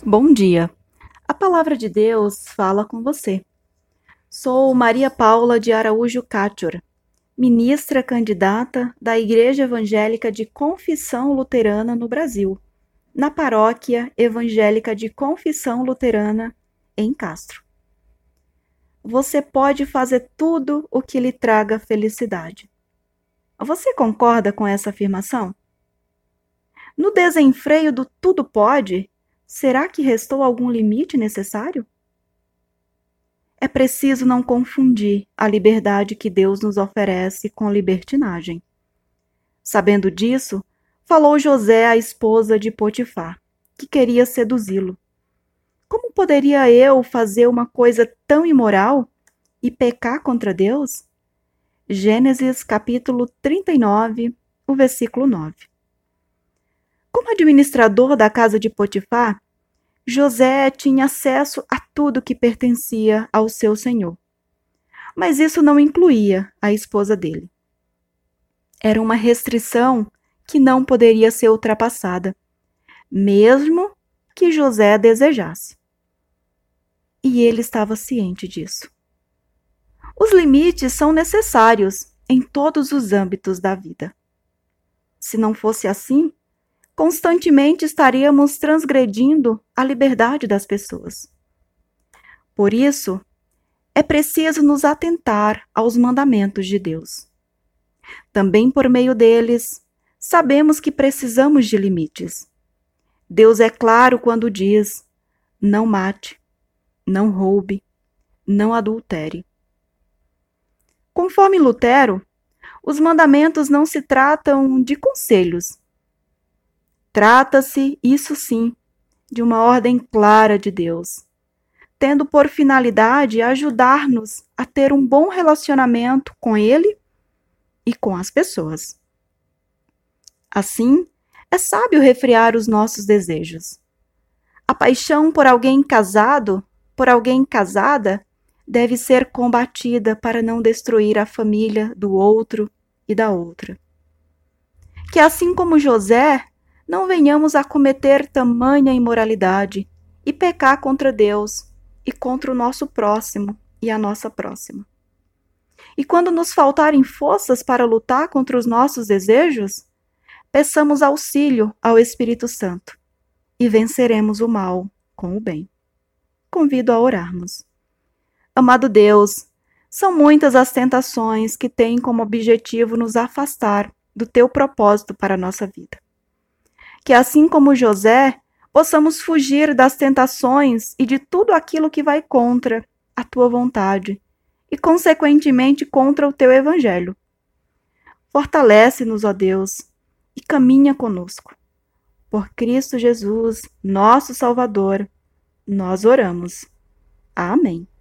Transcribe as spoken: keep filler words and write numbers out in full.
Bom dia. A palavra de Deus fala com você. Sou Maria Paula de Araújo Cátior, ministra candidata da Igreja Evangélica de Confissão Luterana no Brasil, na Paróquia Evangélica de Confissão Luterana em Castro. Você pode fazer tudo o que lhe traga felicidade. Você concorda com essa afirmação? No desenfreio do tudo pode, será que restou algum limite necessário? É preciso não confundir a liberdade que Deus nos oferece com libertinagem. Sabendo disso, falou José à esposa de Potifar, que queria seduzi-lo. Como poderia eu fazer uma coisa tão imoral e pecar contra Deus? Gênesis capítulo trinta e nove, o versículo nove. Como administrador da casa de Potifar, José tinha acesso a tudo que pertencia ao seu senhor. Mas isso não incluía a esposa dele. Era uma restrição que não poderia ser ultrapassada, mesmo que José desejasse. E ele estava ciente disso. Os limites são necessários em todos os âmbitos da vida. Se não fosse assim, constantemente estaríamos transgredindo a liberdade das pessoas. Por isso, é preciso nos atentar aos mandamentos de Deus. Também por meio deles, sabemos que precisamos de limites. Deus é claro quando diz: não mate, não roube, não adultere. Conforme Lutero, os mandamentos não se tratam de conselhos. Trata-se, isso sim, de uma ordem clara de Deus, tendo por finalidade ajudar-nos a ter um bom relacionamento com Ele e com as pessoas. Assim, é sábio refrear os nossos desejos. A paixão por alguém casado, por alguém casada, deve ser combatida para não destruir a família do outro e da outra. Que assim como José, não venhamos a cometer tamanha imoralidade e pecar contra Deus e contra o nosso próximo e a nossa próxima. E quando nos faltarem forças para lutar contra os nossos desejos, peçamos auxílio ao Espírito Santo e venceremos o mal com o bem. Convido a orarmos. Amado Deus, são muitas as tentações que têm como objetivo nos afastar do teu propósito para a nossa vida. Que assim como José, possamos fugir das tentações e de tudo aquilo que vai contra a tua vontade e, consequentemente, contra o teu evangelho. Fortalece-nos, ó Deus, e caminha conosco. Por Cristo Jesus, nosso Salvador, nós oramos. Amém.